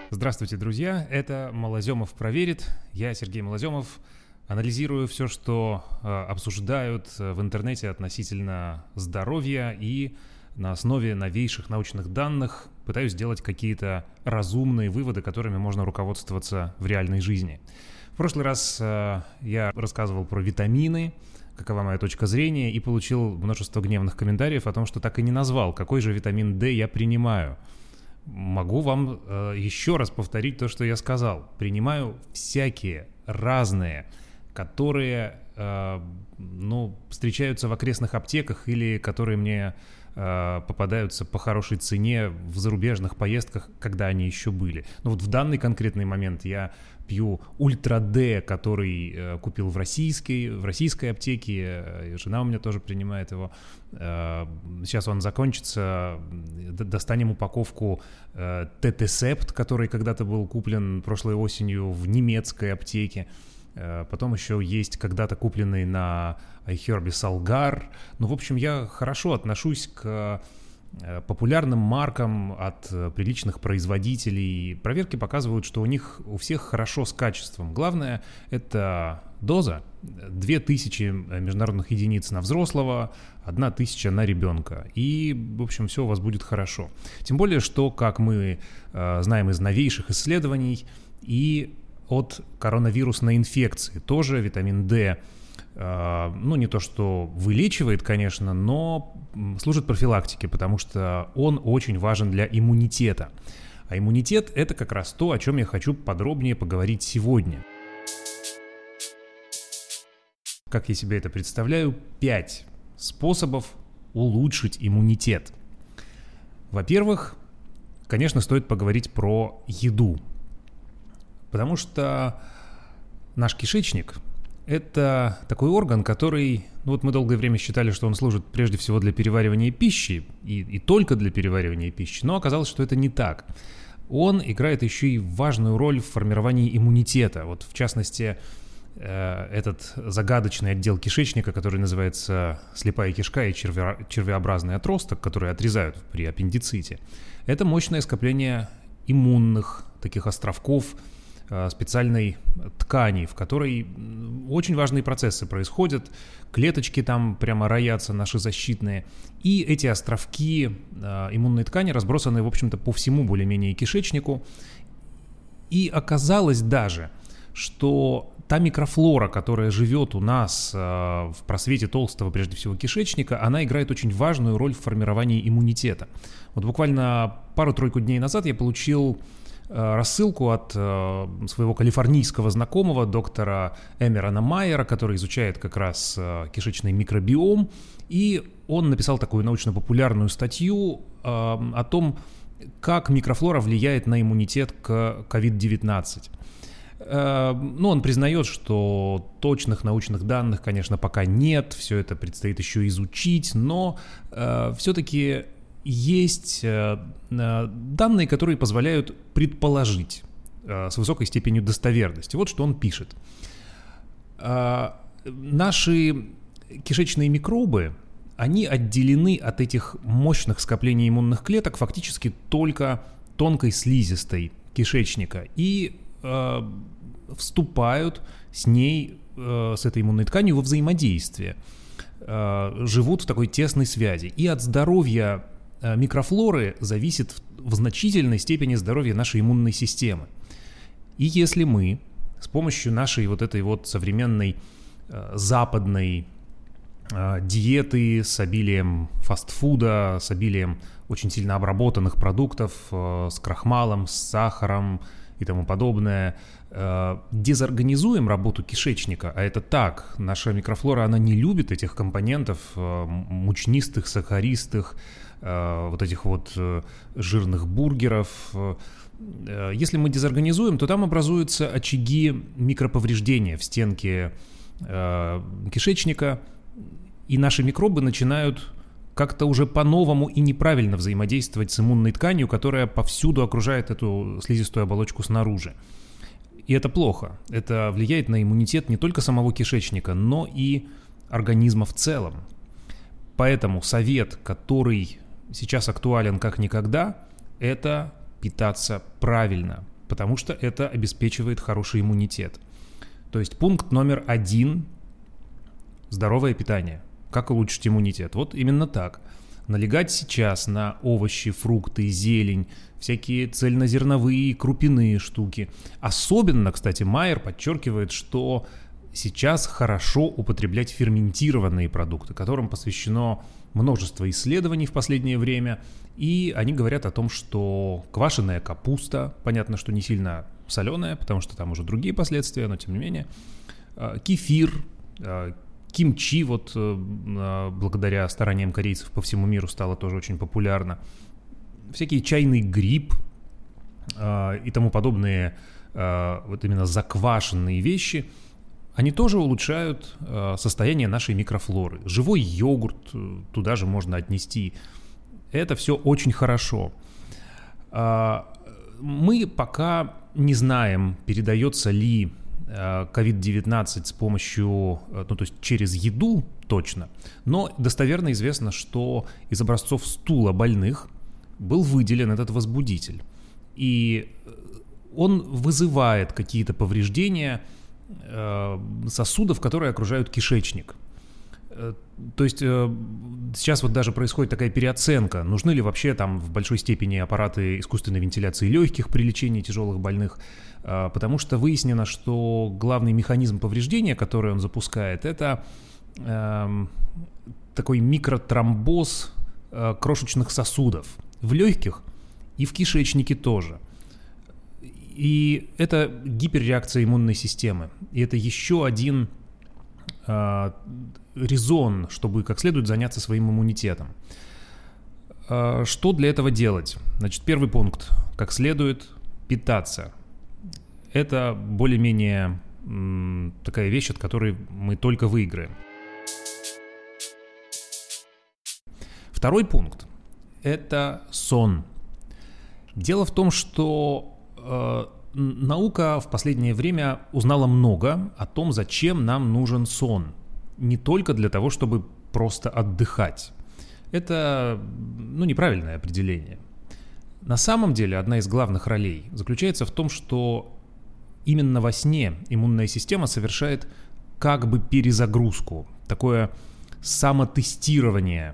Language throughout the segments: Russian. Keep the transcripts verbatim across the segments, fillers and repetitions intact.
Здравствуйте, друзья! Это Малоземов проверит. Я Сергей Малоземов. Анализирую все, что э, обсуждают в интернете относительно здоровья, и на основе новейших научных данных пытаюсь сделать какие-то разумные выводы, которыми можно руководствоваться в реальной жизни. В прошлый раз э, я рассказывал про витамины, какова моя точка зрения, и получил множество гневных комментариев о том, что так и не назвал, какой же витамин D я принимаю. Могу вам э, еще раз повторить то, что я сказал. Принимаю всякие разные, которые э, ну, встречаются в окрестных аптеках или которые мне э, попадаются по хорошей цене в зарубежных поездках, когда они еще были. Но вот в данный конкретный момент я пью Ультра D, который э, купил в российской, в российской аптеке, э, жена у меня тоже принимает его. Э, сейчас он закончится, достанем упаковку э, Т-Т-Септ, который когда-то был куплен прошлой осенью в немецкой аптеке. Э, потом еще есть когда-то купленный на iHerb Salgar. Ну, в общем, я хорошо отношусь к популярным маркам от приличных производителей. Проверки показывают, что у них у всех хорошо с качеством. Главное — это доза. Две тысячи международных единиц на взрослого, одна тысяча на ребенка. И, в общем, все у вас будет хорошо. Тем более, что, как мы э, знаем из новейших исследований, и от коронавирусной инфекции тоже витамин D, э, ну, не то что вылечивает, конечно, но служит профилактике, потому что он очень важен для иммунитета. А иммунитет — это как раз то, о чем я хочу подробнее поговорить сегодня. Как я себе это представляю? Пять способов улучшить иммунитет. Во-первых, конечно, стоит поговорить про еду, потому что наш кишечник — это такой орган, который, ну вот мы долгое время считали, что он служит прежде всего для переваривания пищи, и, и только для переваривания пищи, но оказалось, что это не так. Он играет еще и важную роль в формировании иммунитета. Вот в частности, э, этот загадочный отдел кишечника, который называется слепая кишка и червя, червеобразный отросток, который отрезают при аппендиците, это мощное скопление иммунных таких островков, специальной ткани, в которой очень важные процессы происходят, клеточки там прямо роятся, наши защитные, и эти островки иммунной ткани разбросаны, в общем-то, по всему более-менее кишечнику. И оказалось даже, что та микрофлора, которая живет у нас в просвете толстого, прежде всего, кишечника, она играет очень важную роль в формировании иммунитета. Вот буквально пару-тройку дней назад я получил рассылку от э, своего калифорнийского знакомого, доктора Эмерона Майера, который изучает как раз э, кишечный микробиом, и он написал такую научно-популярную статью э, о том, как микрофлора влияет на иммунитет к ковид девятнадцать. Э, ну, он признает, что точных научных данных, конечно, пока нет, все это предстоит еще изучить, но э, все-таки есть э, данные, которые позволяют предположить э, с высокой степенью достоверности. Вот что он пишет. Э, наши кишечные микробы, они отделены от этих мощных скоплений иммунных клеток фактически только тонкой слизистой кишечника и э, вступают с ней, э, с этой иммунной тканью во взаимодействие, э, живут в такой тесной связи. И от здоровья микрофлоры зависит в значительной степени здоровье нашей иммунной системы. И если мы с помощью нашей вот этой вот современной э, западной э, диеты с обилием фастфуда, с обилием очень сильно обработанных продуктов, э, с крахмалом, с сахаром и тому подобное, э, дезорганизуем работу кишечника, а это так, наша микрофлора, она не любит этих компонентов э, мучнистых, сахаристых, вот этих вот жирных бургеров. Если мы дезорганизуем, то там образуются очаги микроповреждения в стенке кишечника, и наши микробы начинают как-то уже по-новому и неправильно взаимодействовать с иммунной тканью, которая повсюду окружает эту слизистую оболочку снаружи. И это плохо. Это влияет на иммунитет не только самого кишечника, но и организма в целом. Поэтому совет, который сейчас актуален как никогда, это питаться правильно. потому что это обеспечивает хороший иммунитет. То есть пункт номер один – здоровое питание. Как улучшить иммунитет? Вот именно так. Налегать сейчас на овощи, фрукты, зелень, всякие цельнозерновые, крупяные штуки. Особенно, кстати, Майер подчеркивает, что сейчас хорошо употреблять ферментированные продукты, которым посвящено множество исследований в последнее время. И они говорят о том, что квашеная капуста, понятно, что не сильно соленая, потому что там уже другие последствия, но тем не менее, кефир, кимчи, вот благодаря стараниям корейцев по всему миру стало тоже очень популярно. Всякий чайный гриб и тому подобные вот именно заквашенные вещи, они тоже улучшают состояние нашей микрофлоры. Живой йогурт туда же можно отнести. Это все очень хорошо. Мы пока не знаем, передается ли ковид девятнадцать с помощью, ну то есть через еду точно, но достоверно известно, что из образцов стула больных был выделен этот возбудитель, и он вызывает какие-то повреждения сосудов, которые окружают кишечник. То есть сейчас вот даже происходит такая переоценка, нужны ли вообще там в большой степени аппараты искусственной вентиляции легких при лечении тяжелых больных, потому что выяснено, что главный механизм повреждения, который он запускает, это э, такой микротромбоз э, крошечных сосудов в легких и в кишечнике тоже. И это гиперреакция иммунной системы. И это еще один э, резон, чтобы как следует заняться своим иммунитетом. Э, что для этого делать? Значит, первый пункт. Как следует питаться. Это более-менее м, такая вещь, от которой мы только выиграем. Второй пункт – это сон. Дело в том, что э, наука в последнее время узнала много о том, зачем нам нужен сон. Не только для того, чтобы просто отдыхать. Это, ну, неправильное определение. На самом деле, одна из главных ролей заключается в том, что именно во сне иммунная система совершает как бы перезагрузку, такое самотестирование.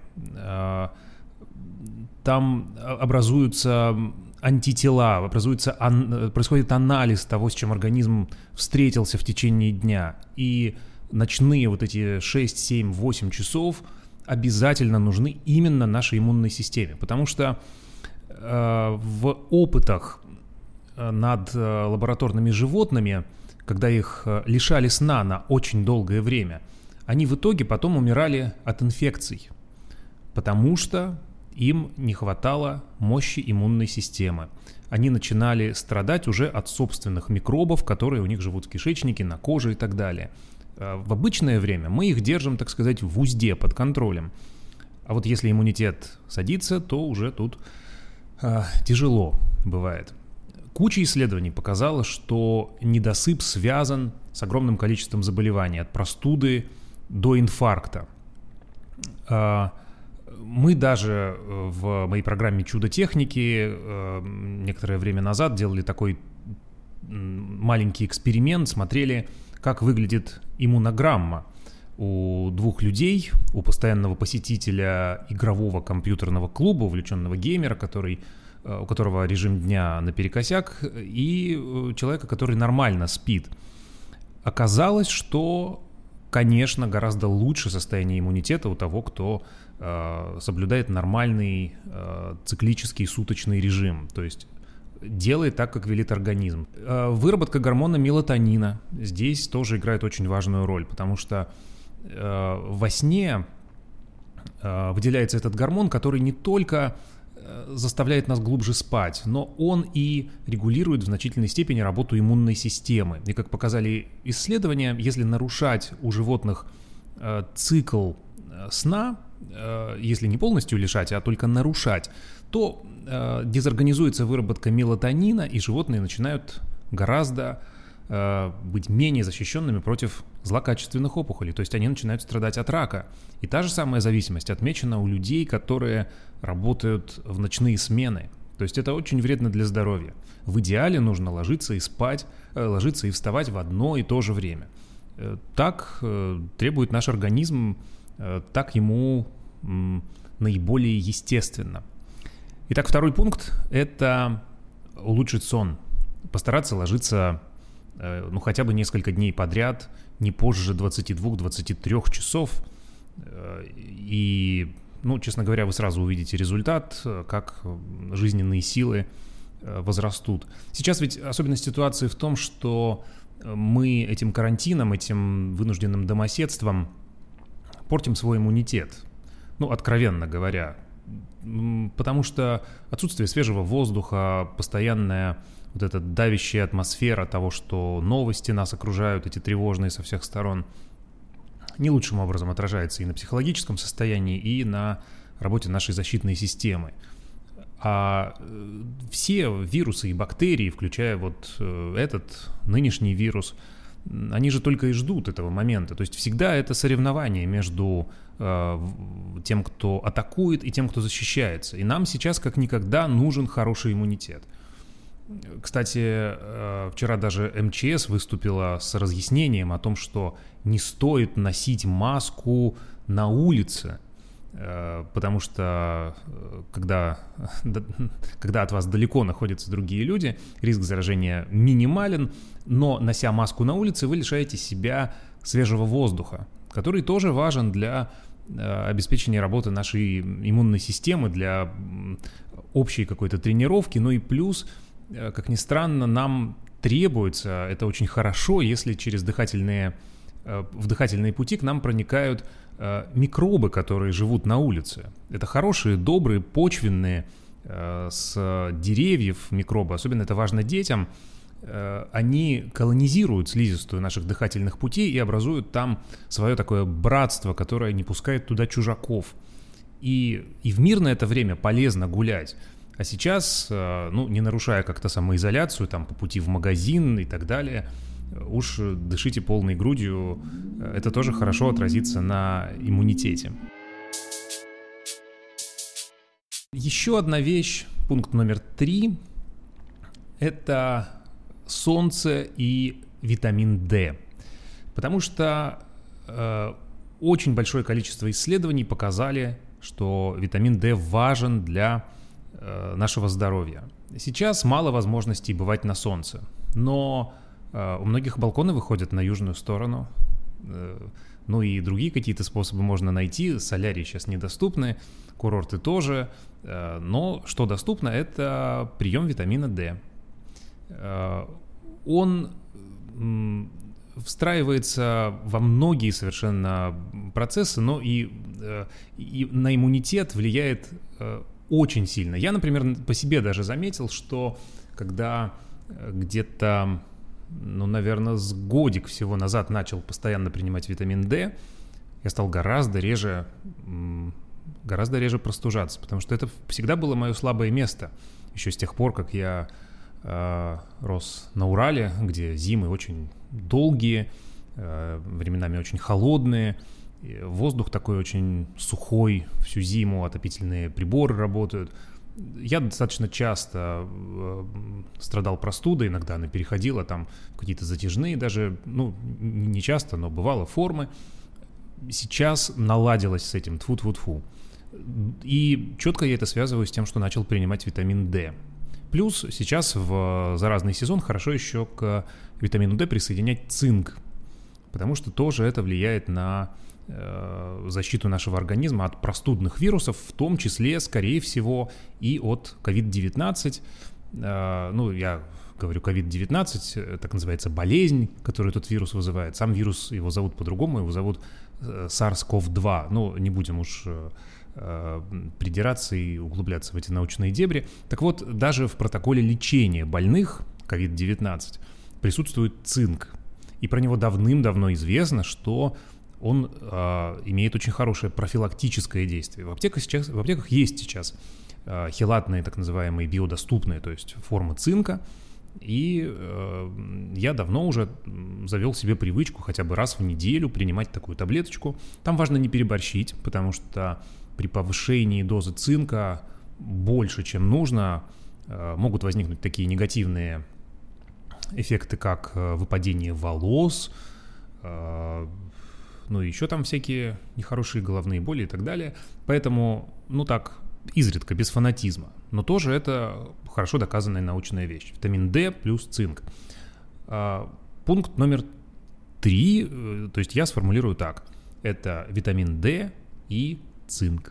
Там образуются антитела, образуется, происходит анализ того, с чем организм встретился в течение дня. И ночные вот эти шесть, семь, восемь часов обязательно нужны именно нашей иммунной системе, потому что в опытах над лабораторными животными, когда их лишали сна на очень долгое время, они в итоге потом умирали от инфекций, потому что им не хватало мощи иммунной системы. Они начинали страдать уже от собственных микробов, которые у них живут в кишечнике, на коже и так далее. В обычное время мы их держим, так сказать, в узде, под контролем. А вот если иммунитет садится, то уже тут э, тяжело бывает. Куча исследований показала, что недосып связан с огромным количеством заболеваний, от простуды до инфаркта. Мы даже в моей программе «Чудо техники» некоторое время назад делали такой маленький эксперимент, смотрели, как выглядит иммунограмма у двух людей, у постоянного посетителя игрового компьютерного клуба, увлеченного геймера, который... у которого режим дня наперекосяк, и человека, который нормально спит. Оказалось, что, конечно, гораздо лучше состояние иммунитета у того, кто э, соблюдает нормальный э, циклический суточный режим, то есть делает так, как велит организм. Э, выработка гормона мелатонина здесь тоже играет очень важную роль, потому что э, во сне э, выделяется этот гормон, который не только заставляет нас глубже спать, но он и регулирует в значительной степени работу иммунной системы. И как показали исследования, если нарушать у животных э, цикл сна, э, если не полностью лишать, а только нарушать, то э, дезорганизуется выработка мелатонина, и животные начинают гораздо э, быть менее защищенными против злокачественных опухолей, то есть они начинают страдать от рака. И та же самая зависимость отмечена у людей, которые работают в ночные смены. То есть это очень вредно для здоровья. В идеале нужно ложиться и спать, ложиться и вставать в одно и то же время. Так требует наш организм, так ему наиболее естественно. Итак, второй пункт – это улучшить сон. Постараться ложиться ну, хотя бы несколько дней подряд, не позже двадцати двух — двадцати трёх часов. И, ну, честно говоря, вы сразу увидите результат, как жизненные силы возрастут. Сейчас ведь особенность ситуации в том, что мы этим карантином, этим вынужденным домоседством портим свой иммунитет. Ну, откровенно говоря. Потому что отсутствие свежего воздуха, постоянная вот эта давящая атмосфера того, что новости нас окружают, эти тревожные со всех сторон, не лучшим образом отражается и на психологическом состоянии, и на работе нашей защитной системы. А все вирусы и бактерии, включая вот этот нынешний вирус, они же только и ждут этого момента. То есть всегда это соревнование между э, тем, кто атакует, и тем, кто защищается. И нам сейчас как никогда нужен хороший иммунитет. Кстати, э, вчера даже эм че эс выступила с разъяснением о том, что не стоит носить маску на улице, э, потому что э, когда, когда от вас далеко находятся другие люди, риск заражения минимален, но, нося маску на улице, вы лишаете себя свежего воздуха, который тоже важен для э, обеспечения работы нашей иммунной системы, для общей какой-то тренировки, ну и плюс, э, как ни странно, нам требуется, это очень хорошо, если через дыхательные, э, в дыхательные пути к нам проникают э, микробы, которые живут на улице. Это хорошие, добрые, почвенные, э, с деревьев микробы, особенно это важно детям. Они колонизируют слизистую наших дыхательных путей и образуют там свое такое братство, которое не пускает туда чужаков. И, и в мирное это время полезно гулять. А сейчас, ну, не нарушая как-то самоизоляцию, там, по пути в магазин и так далее, уж дышите полной грудью, это тоже хорошо отразится на иммунитете. Еще одна вещь, пункт номер три, это солнце и витамин D. Потому что э, очень большое количество исследований показали, что витамин D важен для э, нашего здоровья. Сейчас мало возможностей бывать на солнце, но э, у многих балконы выходят на южную сторону. Э, ну и другие какие-то способы можно найти. Солярии сейчас недоступны, курорты тоже. Э, но что доступно, это прием витамина D. Он встраивается во многие совершенно процессы, но и, и на иммунитет влияет очень сильно. Я, например, по себе даже заметил, что когда где-то, ну, наверное, с годик всего назад начал постоянно принимать витамин D, я стал гораздо реже, гораздо реже простужаться, потому что это всегда было мое слабое место. Еще с тех пор, как я рос на Урале, где зимы очень долгие, временами очень холодные, воздух такой очень сухой всю зиму, отопительные приборы работают. Я достаточно часто страдал простудой, иногда она переходила там в какие-то затяжные даже, ну, не часто, но бывало формы. Сейчас наладилось с этим, тфу-тфу-тфу. И четко я это связываю с тем, что начал принимать витамин D. Плюс сейчас в заразный сезон хорошо еще к витамину D присоединять цинк, потому что тоже это влияет на э, защиту нашего организма от простудных вирусов, в том числе, скорее всего, и от ковид девятнадцать. Э, ну, я говорю ковид девятнадцать, так называется болезнь, которую этот вирус вызывает. Сам вирус, его зовут по-другому, его зовут э, сарс ков два. Ну, не будем уж... Э, придираться и углубляться в эти научные дебри. Так вот, даже в протоколе лечения больных ковид девятнадцать присутствует цинк. И про него давным-давно известно, что он э, имеет очень хорошее профилактическое действие. В аптеках, сейчас, в аптеках есть сейчас э, хелатные, так называемые биодоступные, то есть формы цинка. И э, я давно уже завел себе привычку хотя бы раз в неделю принимать такую таблеточку. Там важно не переборщить, потому что при повышении дозы цинка больше, чем нужно, Могут возникнуть такие негативные эффекты, как выпадение волос, ну и еще там всякие нехорошие головные боли и так далее. Поэтому, ну так, изредка, без фанатизма. Но тоже это хорошо доказанная научная вещь. Витамин D плюс цинк. Пункт номер три, то есть я сформулирую так. Это витамин D и цинк.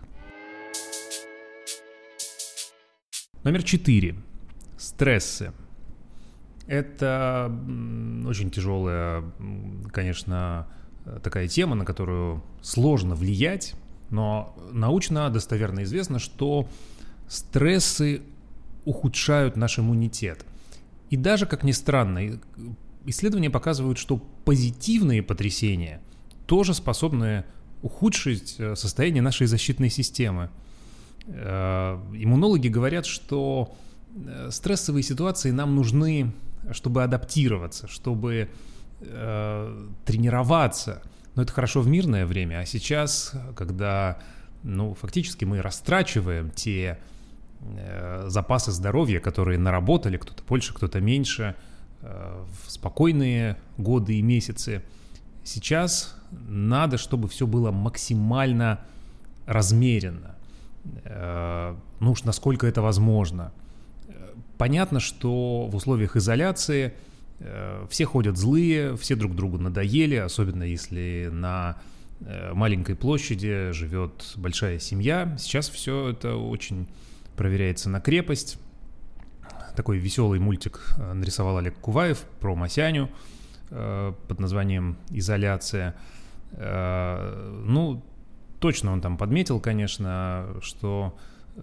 Номер четыре. Стрессы. Это очень тяжелая, конечно, такая тема, на которую сложно влиять, но научно достоверно известно, что стрессы ухудшают наш иммунитет. И даже, как ни странно, исследования показывают, что позитивные потрясения тоже способны ухудшить состояние нашей защитной системы. Иммунологи говорят, что стрессовые ситуации нам нужны, чтобы адаптироваться, чтобы э, тренироваться. Но это хорошо в мирное время, а сейчас, когда, ну, фактически мы растрачиваем те э, запасы здоровья, которые наработали, кто-то больше, кто-то меньше, э, в спокойные годы и месяцы. Сейчас надо, чтобы все было максимально размеренно. Э, ну уж насколько это возможно. Понятно, что в условиях изоляции э, все ходят злые, все друг другу надоели, особенно если на э, маленькой площади живет большая семья. Сейчас все это очень проверяется на крепость. Такой веселый мультик нарисовал Олег Куваев про Масяню э, под названием «Изоляция». Э, ну, точно он там подметил, конечно, что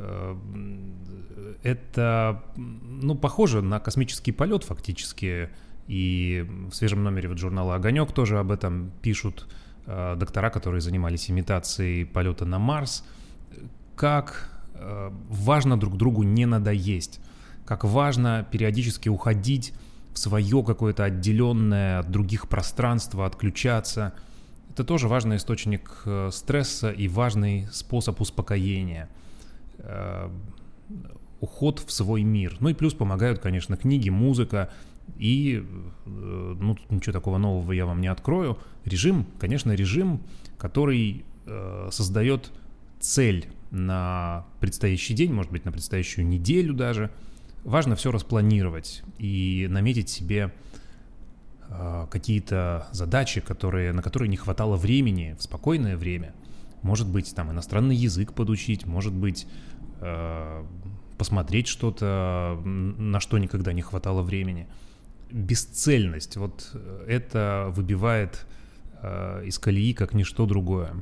это, ну, похоже на космический полет фактически, и в свежем номере вот журнала «Огонек» тоже об этом пишут э, доктора, которые занимались имитацией полета на Марс, как э, важно друг другу не надоесть, как важно периодически уходить в свое какое-то отделенное от других пространство, отключаться. Это тоже важный источник э, стресса и важный способ успокоения. Уход в свой мир. Ну и плюс помогают, конечно, книги, музыка и, ну, тут ничего такого нового я вам не открою. Режим, конечно, режим, который э, создает цель на предстоящий день, может быть, на предстоящую неделю даже. Важно все распланировать и наметить себе э, какие-то задачи, которые, на которые не хватало времени в спокойное время. Может быть, там иностранный язык подучить, может быть, э, посмотреть что-то, на что никогда не хватало времени. Бесцельность, вот это выбивает э, из колеи как ничто другое.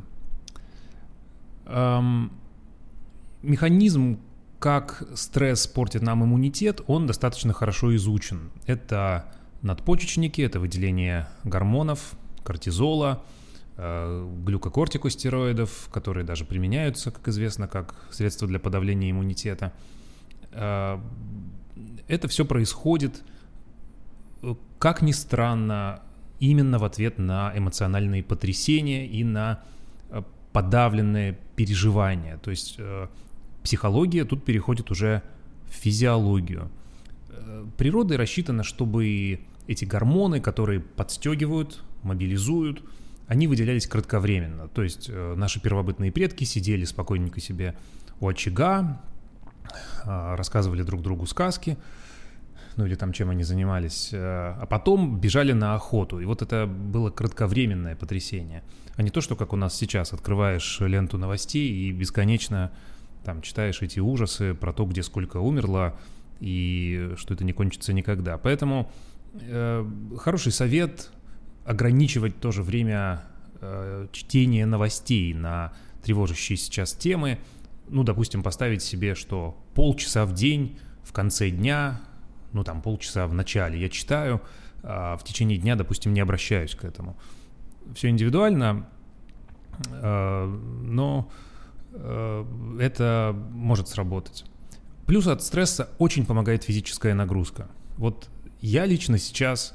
Эм, механизм, как стресс портит нам иммунитет, он достаточно хорошо изучен. Это надпочечники, это выделение гормонов, кортизола, глюкокортикостероидов, которые даже применяются, как известно, как средство для подавления иммунитета. Это все происходит, как ни странно, именно в ответ на эмоциональные потрясения и на подавленные переживания. То есть психология тут переходит уже в физиологию. Природой рассчитано, чтобы эти гормоны, которые подстегивают, мобилизуют, они выделялись кратковременно. То есть э, наши первобытные предки сидели спокойненько себе у очага, э, рассказывали друг другу сказки, ну или там чем они занимались, э, а потом бежали на охоту. И вот это было кратковременное потрясение, а не то, что как у нас сейчас, открываешь ленту новостей и бесконечно там читаешь эти ужасы про то, где сколько умерло, и что это не кончится никогда. Поэтому э, хороший совет — ограничивать тоже время э, чтения новостей на тревожащие сейчас темы. Ну, допустим, поставить себе, что полчаса в день в конце дня, ну, там, полчаса в начале я читаю, а в течение дня, допустим, не обращаюсь к этому. Все индивидуально, э, но э, это может сработать. Плюс от стресса очень помогает физическая нагрузка. Вот я лично сейчас...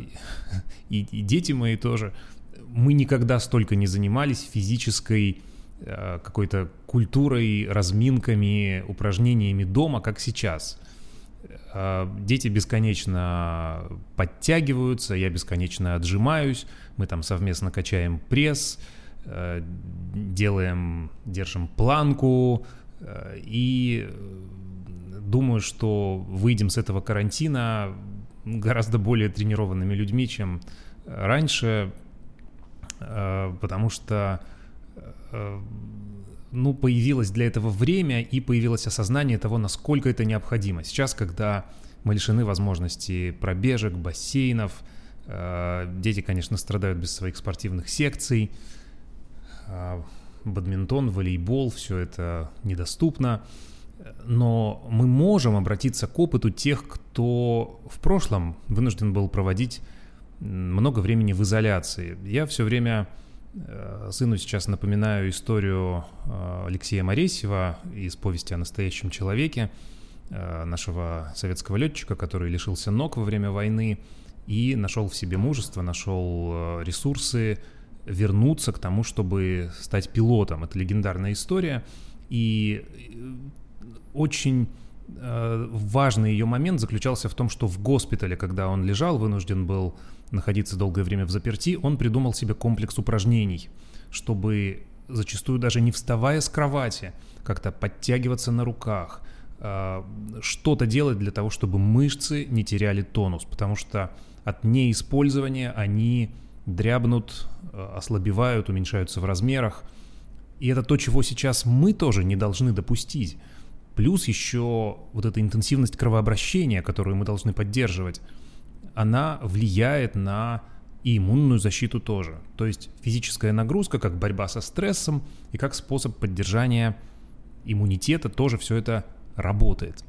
И, и дети мои тоже, мы никогда столько не занимались физической какой-то культурой, разминками, упражнениями дома, как сейчас. Дети бесконечно подтягиваются, я бесконечно отжимаюсь, мы там совместно качаем пресс, делаем, держим планку, и думаю, что выйдем с этого карантина гораздо более тренированными людьми, чем раньше, потому что ну, появилось для этого время и появилось осознание того, насколько это необходимо. Сейчас, когда мы лишены возможности пробежек, бассейнов, дети, конечно, страдают без своих спортивных секций, бадминтон, волейбол, все это недоступно, но мы можем обратиться к опыту тех, кто в прошлом вынужден был проводить много времени в изоляции. Я все время сыну сейчас напоминаю историю Алексея Моресьева из повести о настоящем человеке, нашего советского летчика, который лишился ног во время войны и нашел в себе мужество, нашел ресурсы вернуться к тому, чтобы стать пилотом. Это легендарная история, и очень важный ее момент заключался в том, что в госпитале, когда он лежал, вынужден был находиться долгое время в заперти, он придумал себе комплекс упражнений, чтобы зачастую даже не вставая с кровати, как-то подтягиваться на руках, что-то делать для того, чтобы мышцы не теряли тонус, потому что от неиспользования они дрябнут, ослабевают, уменьшаются в размерах. И это то, чего сейчас мы тоже не должны допустить. Плюс еще вот эта интенсивность кровообращения, которую мы должны поддерживать, она влияет на и иммунную защиту тоже. То есть физическая нагрузка как борьба со стрессом и как способ поддержания иммунитета тоже все это работает.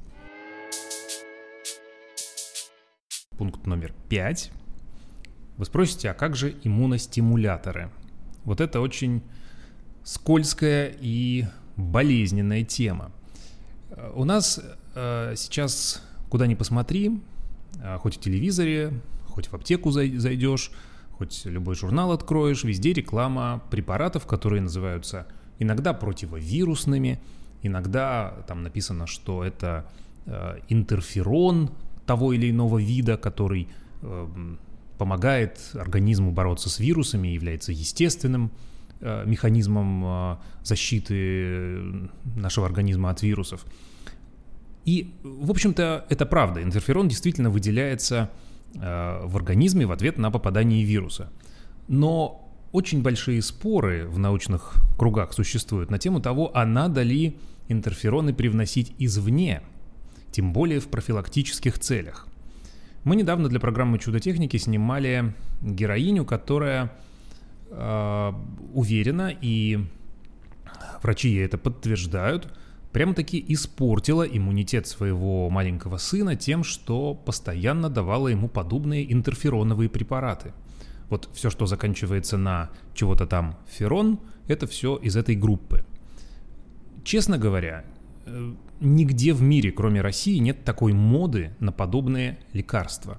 Пункт номер пять. Вы спросите, а как же иммуностимуляторы? Вот это очень скользкая и болезненная тема. У нас э, сейчас, куда ни посмотри, э, хоть в телевизоре, хоть в аптеку зай- зайдешь, хоть любой журнал откроешь, везде реклама препаратов, которые называются иногда противовирусными, иногда там написано, что это э, интерферон того или иного вида, который э, помогает организму бороться с вирусами, является естественным э, механизмом э, защиты нашего организма от вирусов. И, в общем-то, это правда. Интерферон действительно выделяется э, в организме в ответ на попадание вируса. Но очень большие споры в научных кругах существуют на тему того, а надо ли интерфероны привносить извне, тем более в профилактических целях. Мы недавно для программы «Чудо техники» снимали героиню, которая э, уверена, и врачи ей это подтверждают, прямо-таки испортила иммунитет своего маленького сына тем, что постоянно давала ему подобные интерфероновые препараты. Вот все, что заканчивается на чего-то там ферон, это все из этой группы. Честно говоря, нигде в мире, кроме России, нет такой моды на подобные лекарства.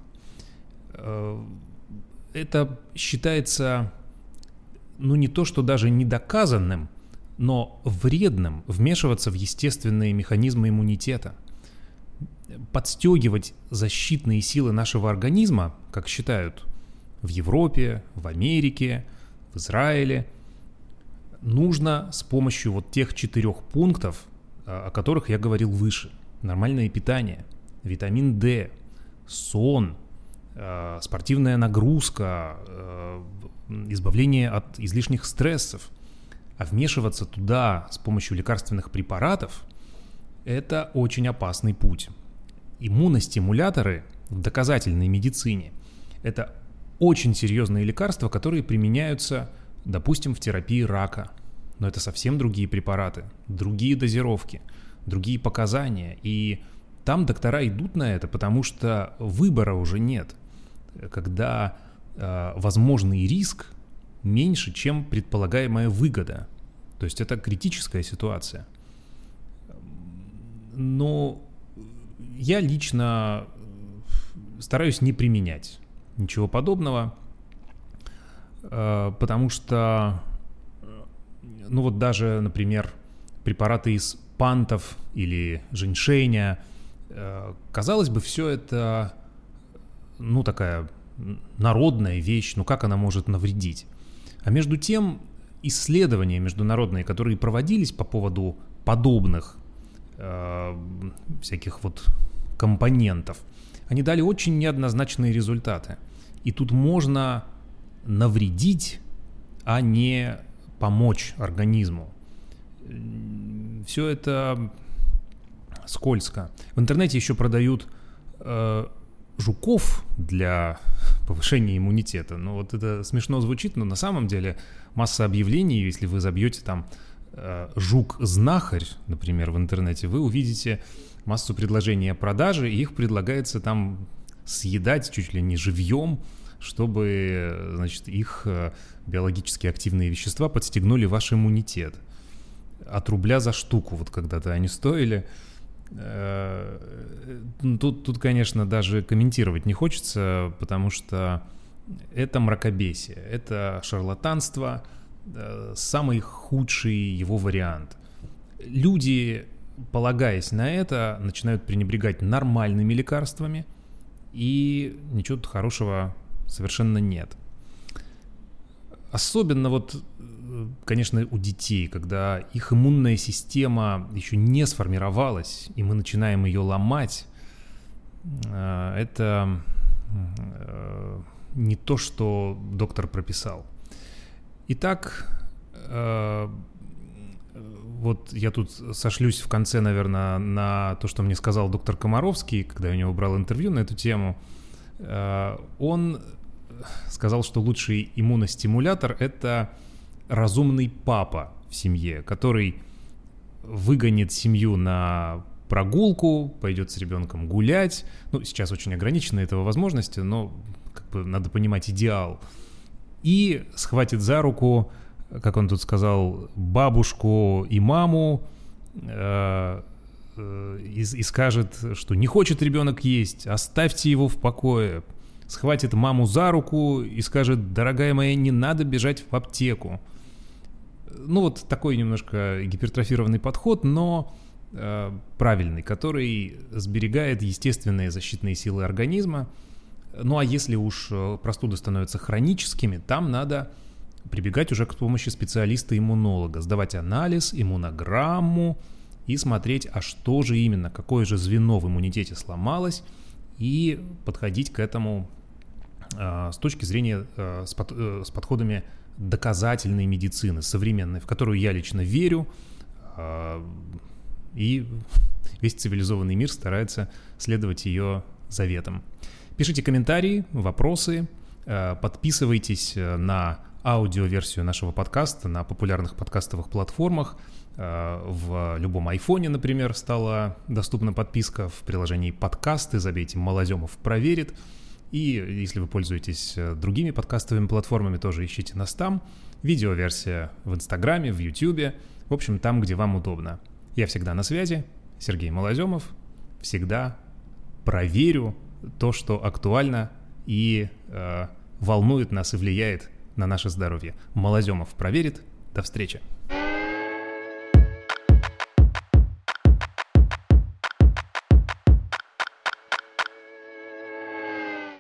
Это считается, ну не то, что даже недоказанным, но вредным вмешиваться в естественные механизмы иммунитета. Подстегивать защитные силы нашего организма, как считают в Европе, в Америке, в Израиле, нужно с помощью вот тех четырех пунктов, о которых я говорил выше. Нормальное питание, витамин D, сон, спортивная нагрузка, избавление от излишних стрессов. А вмешиваться туда с помощью лекарственных препаратов – это очень опасный путь. Иммуностимуляторы в доказательной медицине – это очень серьезные лекарства, которые применяются, допустим, в терапии рака. Но это совсем другие препараты, другие дозировки, другие показания. И там доктора идут на это, потому что выбора уже нет. Когда э, возможный риск меньше, чем предполагаемая выгода. То есть это критическая ситуация. Но я лично стараюсь не применять ничего подобного, потому что ну вот даже, например, препараты из пантов или женьшеня, казалось бы, все это, ну, такая народная вещь, ну как она может навредить? А между тем, исследования международные, которые проводились по поводу подобных э, всяких вот компонентов, они дали очень неоднозначные результаты. И тут можно навредить, а не помочь организму. Все это скользко. В интернете еще продают э, жуков для повышения иммунитета. Ну вот это смешно звучит, но на самом деле масса объявлений, если вы забьете там э, «жук-знахарь», например, в интернете, вы увидите массу предложений о продаже, и их предлагается там съедать чуть ли не живьем, чтобы, значит, их э, биологически активные вещества подстегнули ваш иммунитет. От рубля за штуку вот когда-то они стоили. Тут, тут, конечно, даже комментировать не хочется, потому что это мракобесие, это шарлатанство, самый худший его вариант. Люди, полагаясь на это, начинают пренебрегать нормальными лекарствами, и ничего тут хорошего совершенно нет. Особенно вот, конечно, у детей, когда их иммунная система еще не сформировалась, и мы начинаем ее ломать, это не то, что доктор прописал. Итак, вот я тут сошлюсь в конце, наверное, на то, что мне сказал доктор Комаровский, когда я у него брал интервью на эту тему. Он сказал, что лучший иммуностимулятор — это разумный папа в семье, который выгонит семью на прогулку, пойдет с ребенком гулять. Ну, сейчас очень ограничены этого возможности, но как бы надо понимать идеал. И схватит за руку, как он тут сказал, бабушку и маму, э, э, и, и скажет, что не хочет ребенок есть, оставьте его в покое. Схватит маму за руку и скажет: дорогая моя, не надо бежать в аптеку. Ну вот такой немножко гипертрофированный подход, но э, правильный, который сберегает естественные защитные силы организма. Ну а если уж простуды становятся хроническими, там надо прибегать уже к помощи специалиста-иммунолога, сдавать анализ, иммунограмму и смотреть, а что же именно, какое же звено в иммунитете сломалось, и подходить к этому э, с точки зрения, э, с, под, э, с подходами доказательной медицины, современной, в которую я лично верю, э, и весь цивилизованный мир старается следовать ее заветам. Пишите комментарии, вопросы, э, подписывайтесь на аудиоверсию нашего подкаста на популярных подкастовых платформах. В любом айфоне, например, стала доступна подписка. В приложении «Подкасты» забейте «Малоземов проверит». И если вы пользуетесь другими подкастовыми платформами, тоже ищите нас там. Видеоверсия в Инстаграме, в Ютубе. В общем, там, где вам удобно. Я всегда на связи. Сергей Малоземов. Всегда проверю то, что актуально и э, волнует нас и влияет на наше здоровье. Малоземов проверит. До встречи.